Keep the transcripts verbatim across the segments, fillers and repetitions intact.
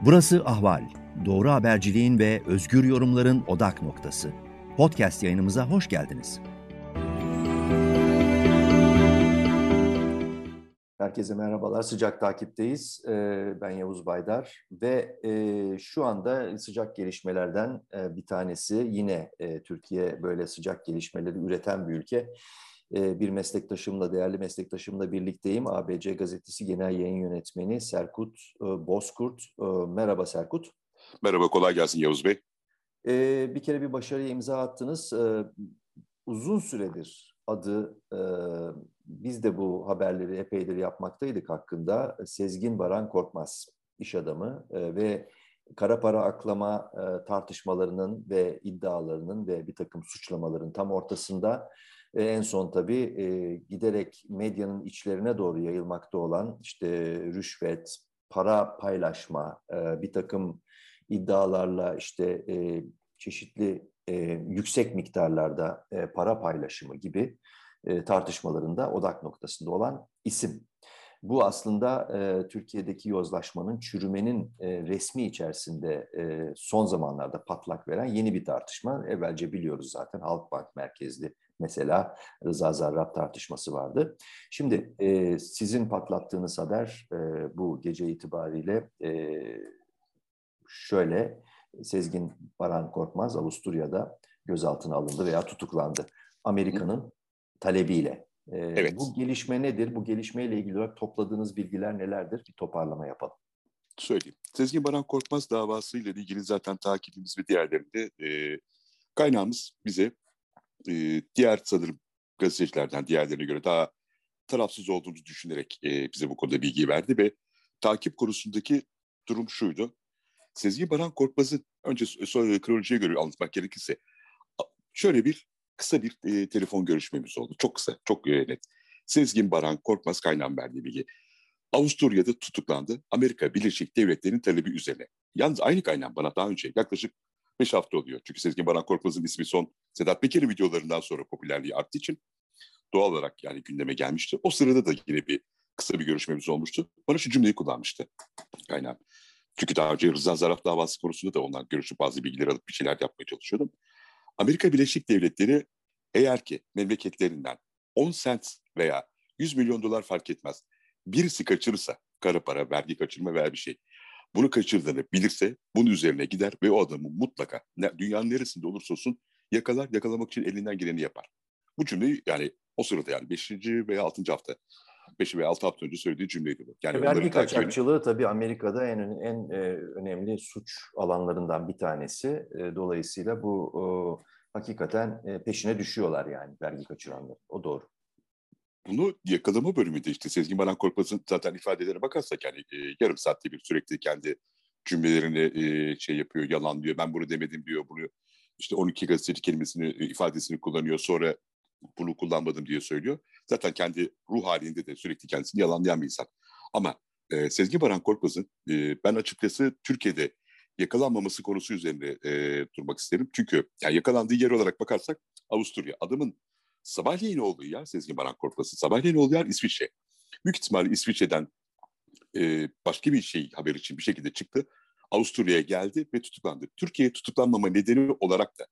Burası Ahval. Doğru haberciliğin ve özgür yorumların odak noktası. Podcast yayınımıza hoş geldiniz. Herkese merhabalar. Sıcak takipteyiz. Ben Yavuz Baydar ve şu anda sıcak gelişmelerden bir tanesi yine Türkiye böyle sıcak gelişmeleri üreten bir ülke. Bir meslektaşımla, değerli meslektaşımla birlikteyim. A B C Gazetesi Genel Yayın Yönetmeni Serkut Bozkurt. Merhaba Serkut. Merhaba, kolay gelsin Yavuz Bey. Bir kere bir başarıya imza attınız. Uzun süredir adı, biz de bu haberleri epeydir yapmaktaydık hakkında. Sezgin Baran Korkmaz, iş adamı ve kara para aklama tartışmalarının ve iddialarının ve bir takım suçlamaların tam ortasında. En son tabii giderek medyanın içlerine doğru yayılmakta olan işte rüşvet, para paylaşma, bir takım iddialarla işte çeşitli yüksek miktarlarda para paylaşımı gibi tartışmalarında odak noktasında olan isim. Bu aslında e, Türkiye'deki yozlaşmanın, çürümenin e, resmi içerisinde e, son zamanlarda patlak veren yeni bir tartışma. Evvelce biliyoruz zaten Halkbank merkezli mesela Rıza Zarrab tartışması vardı. Şimdi e, sizin patlattığınız haber e, bu gece itibariyle e, şöyle: Sezgin Baran Korkmaz Avusturya'da gözaltına alındı veya tutuklandı. Amerika'nın talebiyle. Ee, Evet. Bu gelişme nedir? Bu gelişmeyle ilgili olarak topladığınız bilgiler nelerdir? Bir toparlama yapalım. Söyleyeyim. Sezgin Baran Korkmaz davasıyla ilgili zaten takibimiz ve diğerlerinde e, kaynağımız bize e, diğer sanırım gazetecilerden diğerlerine göre daha tarafsız olduğumuzu düşünerek e, bize bu konuda bilgi verdi ve takip konusundaki durum şuydu. Sezgin Baran Korkmaz'ı önce sonra kronolojiye göre anlatmak gerekirse şöyle bir kısa bir e, telefon görüşmemiz oldu. Çok kısa, çok e, net. Sezgin Baran Korkmaz kaynağım verdiği bilgi. Avusturya'da tutuklandı. Amerika Birleşik Devletleri'nin talebi üzerine. Yalnız aynı kaynağım bana daha önce yaklaşık beş hafta oluyor. Çünkü Sezgin Baran Korkmaz'ın ismi son Sedat Peker'in videolarından sonra popülerliği arttığı için doğal olarak yani gündeme gelmişti. O sırada da yine bir kısa bir görüşmemiz olmuştu. Bana şu cümleyi kullanmıştı kaynağım. Çünkü daha önce Rıza Zarrab davası konusunda da ondan görüşüp bazı bilgiler alıp bir şeyler yapmaya çalışıyordum. Amerika Birleşik Devletleri eğer ki memleketlerinden on sent veya yüz milyon dolar fark etmez birisi kaçırırsa, kara para, vergi kaçırma veya bir şey, bunu kaçırdığını bilirse bunun üzerine gider ve o adamı mutlaka dünyanın neresinde olursa olsun yakalar, yakalamak için elinden geleni yapar. Bu cümleyi yani o sırada yani beşinci veya altıncı hafta, beş veya altı hafta önce söylediği cümleydi bu. Yani vergi kaçakçılığı tabii Amerika'da en en e, önemli suç alanlarından bir tanesi. E, dolayısıyla bu e, hakikaten e, peşine düşüyorlar yani vergi kaçıranlar. O doğru. Bunu yakalama bölümünde işte Sezgin Baran Korkmaz'ın zaten ifadelerine bakarsak yani e, yarım saatte bir sürekli kendi cümlelerini e, şey yapıyor, yalanlıyor. Ben bunu demedim diyor, bunu işte on iki gazeteci kelimesini, e, ifadesini kullanıyor. Sonra bunu kullanmadım diye söylüyor. Zaten kendi ruh halinde de sürekli kendisini yalanlayan bir insan. Ama e, Sezgin Baran Korkmaz'ın e, ben açıkçası Türkiye'de yakalanmaması konusu üzerine e, durmak isterim. Çünkü yani yakalandığı yer olarak bakarsak Avusturya. Adamın sabahleyin olduğu yer Sezgin Baran Korkmaz'ın sabahleyin olduğu yer İsviçre. Büyük ihtimalle İsviçre'den e, başka bir şey haber için bir şekilde çıktı. Avusturya'ya geldi ve tutuklandı. Türkiye'ye tutuklanmama nedeni olarak da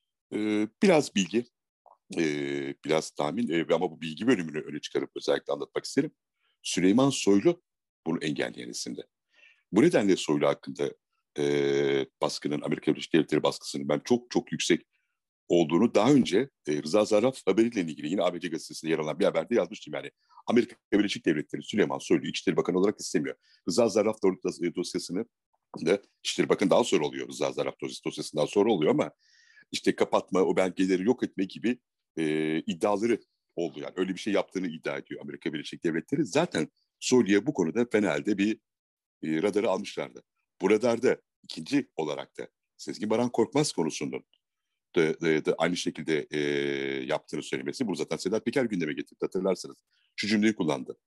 e, biraz bilgi, e, biraz tahmin e, ama bu bilgi bölümünü öne çıkarıp özellikle anlatmak isterim. Süleyman Soylu bunu engelleyen isimdi. Bu nedenle Soylu hakkında e, baskının, Amerika Birleşik Devletleri baskısının ben çok çok yüksek olduğunu daha önce e, Rıza Zarrab haberiyle ilgili yine A B C gazetesinde yer alan bir haberde yazmıştım. Yani Amerika Birleşik Devletleri Süleyman Soylu'yu İçişleri Bakanı olarak istemiyor. Rıza Zarrab dosyasını da İçişleri Bakanı daha sonra oluyor. Rıza Zarrab dosyasından sonra oluyor ama işte kapatma, o belgeleri yok etme gibi e, iddiaları oldu. Yani öyle bir şey yaptığını iddia ediyor Amerika Birleşik Devletleri. Zaten Soylu'ya bu konuda fena halde bir e, radarı almışlardı. Bu radarda ikinci olarak da Sezgin Baran Korkmaz konusunun da, da, da aynı şekilde e, yaptığını söylemesi. Bu zaten Sedat Peker gündeme getirdi, hatırlarsanız. Şu cümleyi kullandı.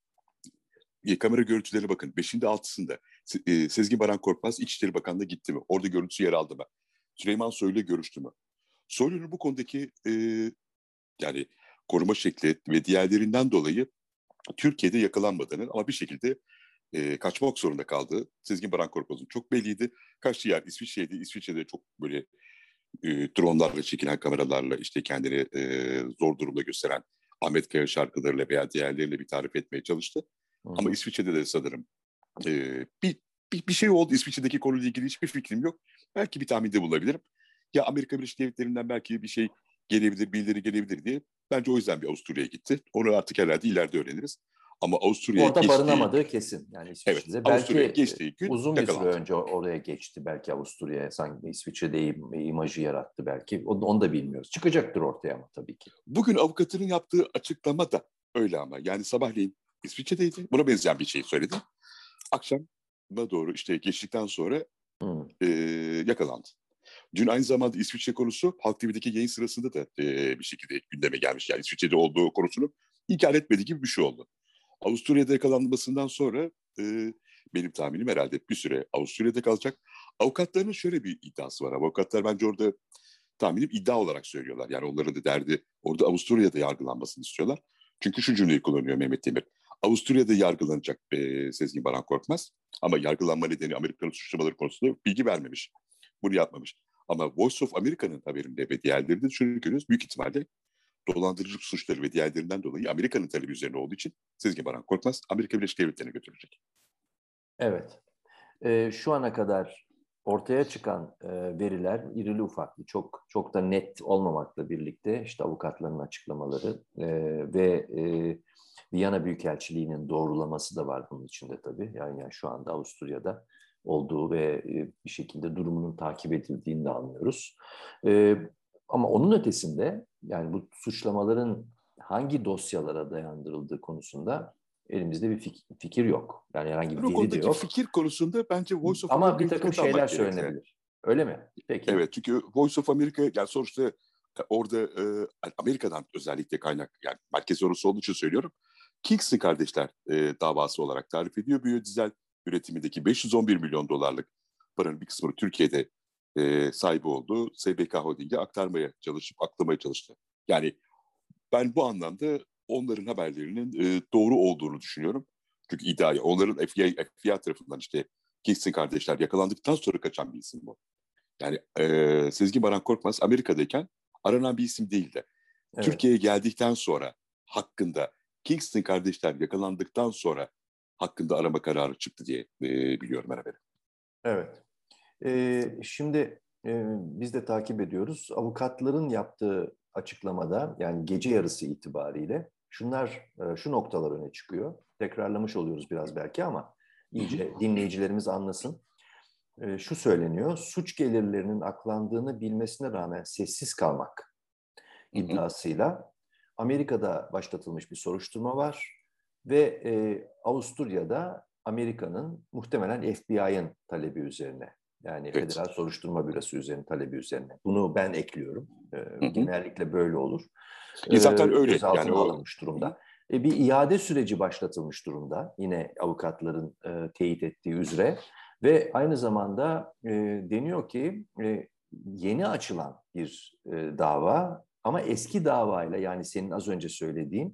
E, kamera görüntülerine bakın. Beşinde altısında e, Sezgin Baran Korkmaz İçişleri Bakanlığı'na gitti mi? Orada görüntüsü yer aldı mı? Süleyman Soylu'yla görüştü mü? Soylu'nun bu konudaki e, yani koruma şekli ve diğerlerinden dolayı Türkiye'de yakalanmadığını ama bir şekilde e, kaçmak zorunda kaldığı Sezgin Baran Korkmaz'ın çok belliydi. Kaçtığı yer İsviçre'ydi. İsviçre'de çok böyle e, dronlarla çekilen kameralarla işte kendini e, zor durumda gösteren Ahmet Kaya şarkılarıyla veya diğerleriyle bir tarif etmeye çalıştı. Hı Ama hı. İsviçre'de de sanırım e, bir, bir, bir şey oldu. İsviçre'deki konuyla ilgili hiçbir fikrim yok. Belki bir tahminde bulabilirim. Ya Amerika Birleşik Devletleri'nden belki bir şey gelebilir, bildiri gelebilir diye. Bence o yüzden bir Avusturya'ya gitti. Onu artık herhalde ileride öğreniriz. Ama Avusturya'ya Orada geçtiği, barınamadığı kesin. Yani evet, İsviçre'de. Belki Avusturya'ya e, geçtiği gün uzun bir süre yakalandı. önce oraya geçti. Belki Avusturya'ya sanki İsviçre'de im- imajı yarattı belki. Onu, onu da bilmiyoruz. Çıkacaktır ortaya ama tabii ki. Bugün avukatının yaptığı açıklama da öyle ama. Yani sabahleyin İsviçre'deydi. Buna benzeyen bir şey söyledi. Akşama doğru işte geçtikten sonra Hı. e, yakalandı. Dün aynı zamanda İsviçre konusu Halk T V'deki yayın sırasında da e, bir şekilde gündeme gelmiş. Yani İsviçre'de olduğu konusunu inkar etmediği gibi bir şey oldu. Avusturya'da yakalanmasından sonra e, benim tahminim herhalde bir süre Avusturya'da kalacak. Avukatlarının şöyle bir iddiası var. Avukatlar bence orada tahminim iddia olarak söylüyorlar. Yani onların da derdi orada Avusturya'da yargılanmasını istiyorlar. Çünkü şu cümleyi kullanıyor Mehmet Demir. Avusturya'da yargılanacak e, Sezgin Baran Korkmaz ama yargılanma nedeni Amerika'nın suçlamaları konusunda bilgi vermemiş. Bunu yapmamış. Ama Voice of America'nın haberinde ve diğerlerinde şunu görüyoruz. Büyük ihtimalle dolandırıcılık suçları ve diğerlerinden dolayı Amerika'nın talebi üzerine olduğu için Sezgin Baran Korkmaz Amerika Birleşik Devletleri'ne götürülecek. Evet. E, şu ana kadar ortaya çıkan e, veriler irili ufaklı, çok çok da net olmamakla birlikte işte avukatların açıklamaları e, ve e, Viyana Büyükelçiliği'nin doğrulaması da var bunun içinde tabii. Yani, yani şu anda Avusturya'da olduğu ve e, bir şekilde durumunun takip edildiğini de anlıyoruz. E, ama onun ötesinde yani bu suçlamaların hangi dosyalara dayandırıldığı konusunda elimizde bir fik- fikir yok. Yani herhangi Ben bir o veri de konudaki yok. fikir konusunda bence Voice of Ama bir America'yı takım dikkate şeyler almak gerekli. söylenebilir. Öyle mi? Peki. Evet, çünkü Voice of America yani sonuçta orada e, Amerika'dan özellikle kaynak yani merkez orası olduğu için söylüyorum. Kingston kardeşler e, davası olarak tarif ediyor. Biyodizel üretimindeki beş yüz on bir milyon dolarlık paranın bir kısmını Türkiye'de e, sahibi olduğu S B K Holding'e aktarmaya çalışıp aklamaya çalıştı. Yani ben bu anlamda onların haberlerinin e, doğru olduğunu düşünüyorum. Çünkü iddiaya onların F B I, F B I tarafından işte Kingston kardeşler yakalandıktan sonra kaçan bir isim bu. Yani e, Sezgin Baran Korkmaz Amerika'dayken aranan bir isim değildi. Evet. Türkiye'ye geldikten sonra hakkında Kingston kardeşler yakalandıktan sonra hakkında arama kararı çıktı diye e, biliyorum ben haberi. Evet. Ee, şimdi e, biz de takip ediyoruz. Avukatların yaptığı açıklamada yani gece yarısı itibariyle şunlar e, şu noktalar öne çıkıyor. Tekrarlamış oluyoruz biraz belki ama Hı hı. iyice dinleyicilerimiz anlasın. E, şu söyleniyor. Suç gelirlerinin aklandığını bilmesine rağmen sessiz kalmak Hı hı. iddiasıyla Amerika'da başlatılmış bir soruşturma var ve e, Avusturya'da Amerika'nın muhtemelen F B I'ın talebi üzerine yani Evet. Federal Soruşturma Bürosu üzerine talebi üzerine. Bunu ben ekliyorum. Hı E, hı. genellikle böyle olur. E E, zaten öyle. Yani gözaltına o alınmış hı hı. durumda. E, bir iade süreci başlatılmış durumda. Yine avukatların e, teyit ettiği üzere. Ve aynı zamanda e, deniyor ki e, yeni açılan bir e, dava ama eski davayla yani senin az önce söylediğin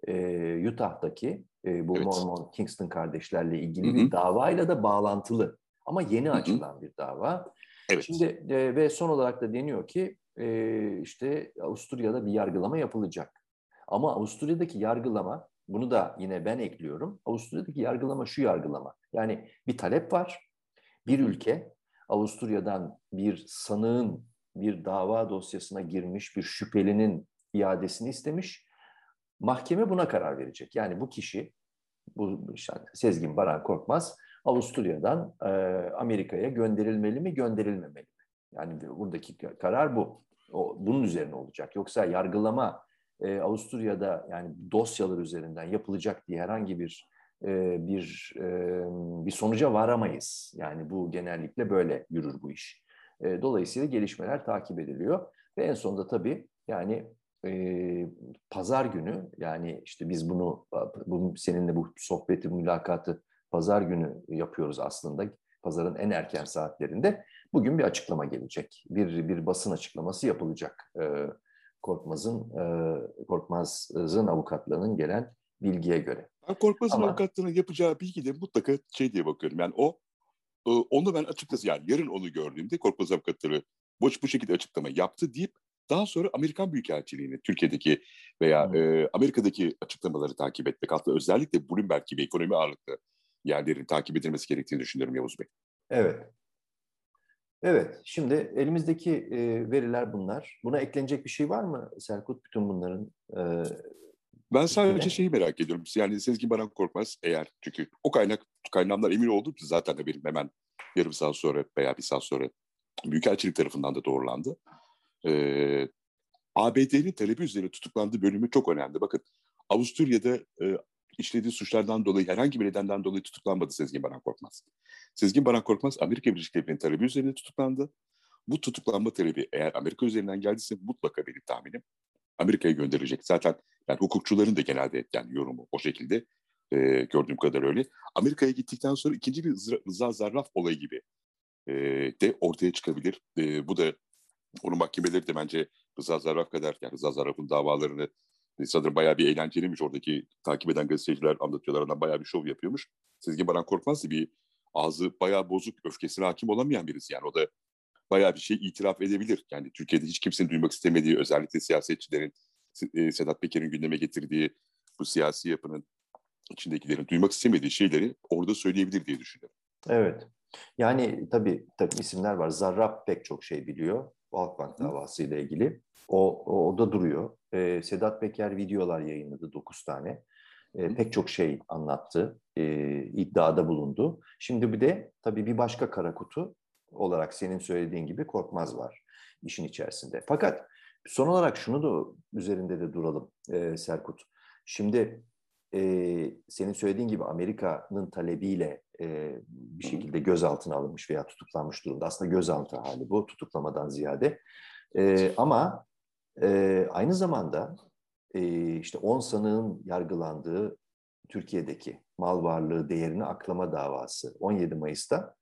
e, Utah'taki e, bu Evet. Mormon Kingston kardeşlerle Hı ilgili bir hı. davayla da bağlantılı ama yeni Hı hı. açılan bir dava. Evet. Şimdi e, ve son olarak da deniyor ki e, işte Avusturya'da bir yargılama yapılacak. Ama Avusturya'daki yargılama, bunu da yine ben ekliyorum. Avusturya'daki yargılama şu yargılama. Yani bir talep var. Hı Bir hı. ülke Avusturya'dan bir sanığın bir dava dosyasına girmiş bir şüphelinin iadesini istemiş. Mahkeme buna karar verecek. Yani bu kişi, bu işte Sezgin Baran Korkmaz Avusturya'dan e, Amerika'ya gönderilmeli mi, gönderilmemeli mi? Yani buradaki karar bu. O, bunun üzerine olacak. Yoksa yargılama e, Avusturya'da yani dosyalar üzerinden yapılacak diye herhangi bir e, bir e, bir sonuca varamayız. Yani bu genellikle böyle yürür bu iş. E, dolayısıyla gelişmeler takip ediliyor ve en sonunda tabii yani e, pazar günü yani işte biz bunu bu, seninle bu sohbeti, mülakatı pazar günü yapıyoruz aslında. Pazarın en erken saatlerinde bugün bir açıklama gelecek. Bir, bir basın açıklaması yapılacak. E, Korkmaz'ın e, Korkmaz'ın avukatlarının gelen bilgiye göre. Ben Korkmaz'ın Ama avukatlığının yapacağı bilgi de mutlaka şey diye bakıyorum. Yani o onu ben açıkçası yani yarın onu gördüğümde Korkmaz avukatları bu, bu şekilde açıklama yaptı deyip daha sonra Amerikan Büyükelçiliğini Türkiye'deki veya Hı. e, Amerika'daki açıklamaları takip etmek. Hatta özellikle Bloomberg gibi ekonomi ağırlıklı yerlerin takip edilmesi gerektiğini düşünüyorum Yavuz Bey. Evet. Evet. Şimdi elimizdeki e, veriler bunlar. Buna eklenecek bir şey var mı Serkut? Bütün bunların e, Ben sadece üstüne. şeyi merak ediyorum. Yani Sezgin Baran Korkmaz eğer çünkü o kaynak kaynağımdan emin oldum ki zaten de benim hemen yarım saat sonra veya bir saat sonra Büyükelçilik tarafından da doğrulandı. Ee, A B D'nin talebi üzerine tutuklandığı bölümü çok önemli. Bakın Avusturya'da e, işlediği suçlardan dolayı herhangi bir nedenden dolayı tutuklanmadı Sezgin Baran Korkmaz. Sezgin Baran Korkmaz Amerika Birleşik Devletleri'nin talebi üzerine tutuklandı. Bu tutuklanma talebi eğer Amerika üzerinden geldiyse mutlaka benim tahminim Amerika'ya gönderecek. Zaten yani hukukçuların da genelde yani yorumu o şekilde e, gördüğüm kadar öyle. Amerika'ya gittikten sonra ikinci bir Rıza Zarrab olayı gibi e, de ortaya çıkabilir. E, bu da onun mahkemeleri de bence Rıza Zarrab kadar yani Rıza Zarrab'ın davalarını e, sanırım bayağı bir eğlenceliymiş. Oradaki takip eden gazeteciler anlatıyorlar. Ondan bayağı bir şov yapıyormuş. Sezgin Baran Korkmaz da bir ağzı bayağı bozuk, öfkesine hakim olamayan birisi. Yani o da bayağı bir şey itiraf edebilir. Yani Türkiye'de hiç kimsenin duymak istemediği, özellikle siyasetçilerin, e, Sedat Peker'in gündeme getirdiği bu siyasi yapının içindekilerin duymak istemediği şeyleri orada söyleyebilir diye düşünüyorum. Evet. Yani tabii, tabii isimler var. Zarrab pek çok şey biliyor. Halkbank davasıyla ilgili. O, o, o da duruyor. Ee, Sedat Peker videolar yayınladı dokuz tane. Ee, pek çok şey anlattı. Ee, iddiada bulundu. Şimdi bir de tabii bir başka kara kutu olarak senin söylediğin gibi Korkmaz var işin içerisinde. Fakat son olarak şunu da üzerinde de duralım e, Serkut. Şimdi e, senin söylediğin gibi Amerika'nın talebiyle e, bir şekilde gözaltına alınmış veya tutuklanmış durumda. Aslında gözaltı hali bu, tutuklamadan ziyade. E, ama e, aynı zamanda e, işte on sanığın yargılandığı Türkiye'deki mal varlığı değerini aklama davası on yedi Mayıs'ta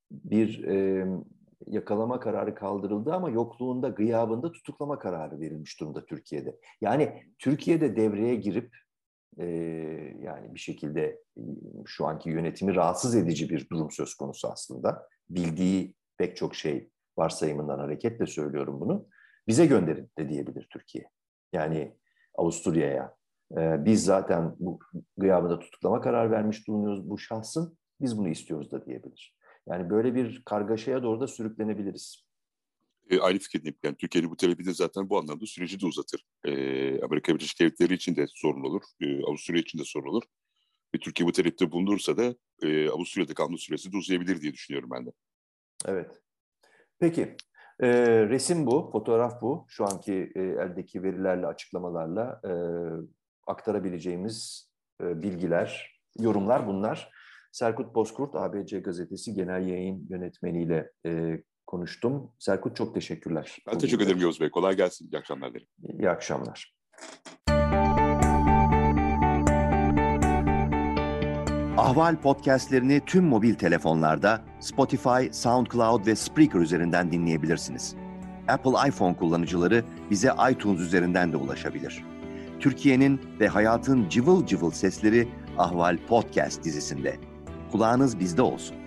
bir e, yakalama kararı kaldırıldı ama yokluğunda, gıyabında tutuklama kararı verilmiş durumda Türkiye'de. Yani Türkiye'de devreye girip e, yani bir şekilde e, şu anki yönetimi rahatsız edici bir durum söz konusu aslında. Bildiği pek çok şey varsayımından hareketle söylüyorum bunu. Bize gönderin de diyebilir Türkiye. Yani Avusturya'ya. E, biz zaten bu gıyabında tutuklama kararı vermiş bulunuyoruz bu şahsın. Biz bunu istiyoruz da diyebilir. Yani böyle bir kargaşaya doğru da sürüklenebiliriz. E, aynı fikirdeyim. Yani Türkiye'nin bu talebi de zaten bu anlamda süreci de uzatır. E, Amerika Birleşik Devletleri için de sorun olur. E, Avusturya için de sorun olur. Ve Türkiye bu talepte bulunursa da e, Avusturya'da kalma süresi de uzayabilir diye düşünüyorum ben de. Evet. Peki. E, resim bu, fotoğraf bu. Şu anki e, eldeki verilerle, açıklamalarla e, aktarabileceğimiz e, bilgiler, yorumlar bunlar. Serkut Bozkurt, A B C Gazetesi Genel Yayın Yönetmeniyle e, konuştum. Serkut çok teşekkürler. Ben teşekkür ederim Yavuz Bey. Kolay gelsin. İyi akşamlar dilerim. İyi akşamlar. Ahval podcastlerini tüm mobil telefonlarda Spotify, SoundCloud ve Spreaker üzerinden dinleyebilirsiniz. Apple iPhone kullanıcıları bize iTunes üzerinden de ulaşabilir. Türkiye'nin ve hayatın cıvıl cıvıl sesleri Ahval Podcast dizisinde. Kulağınız bizde olsun.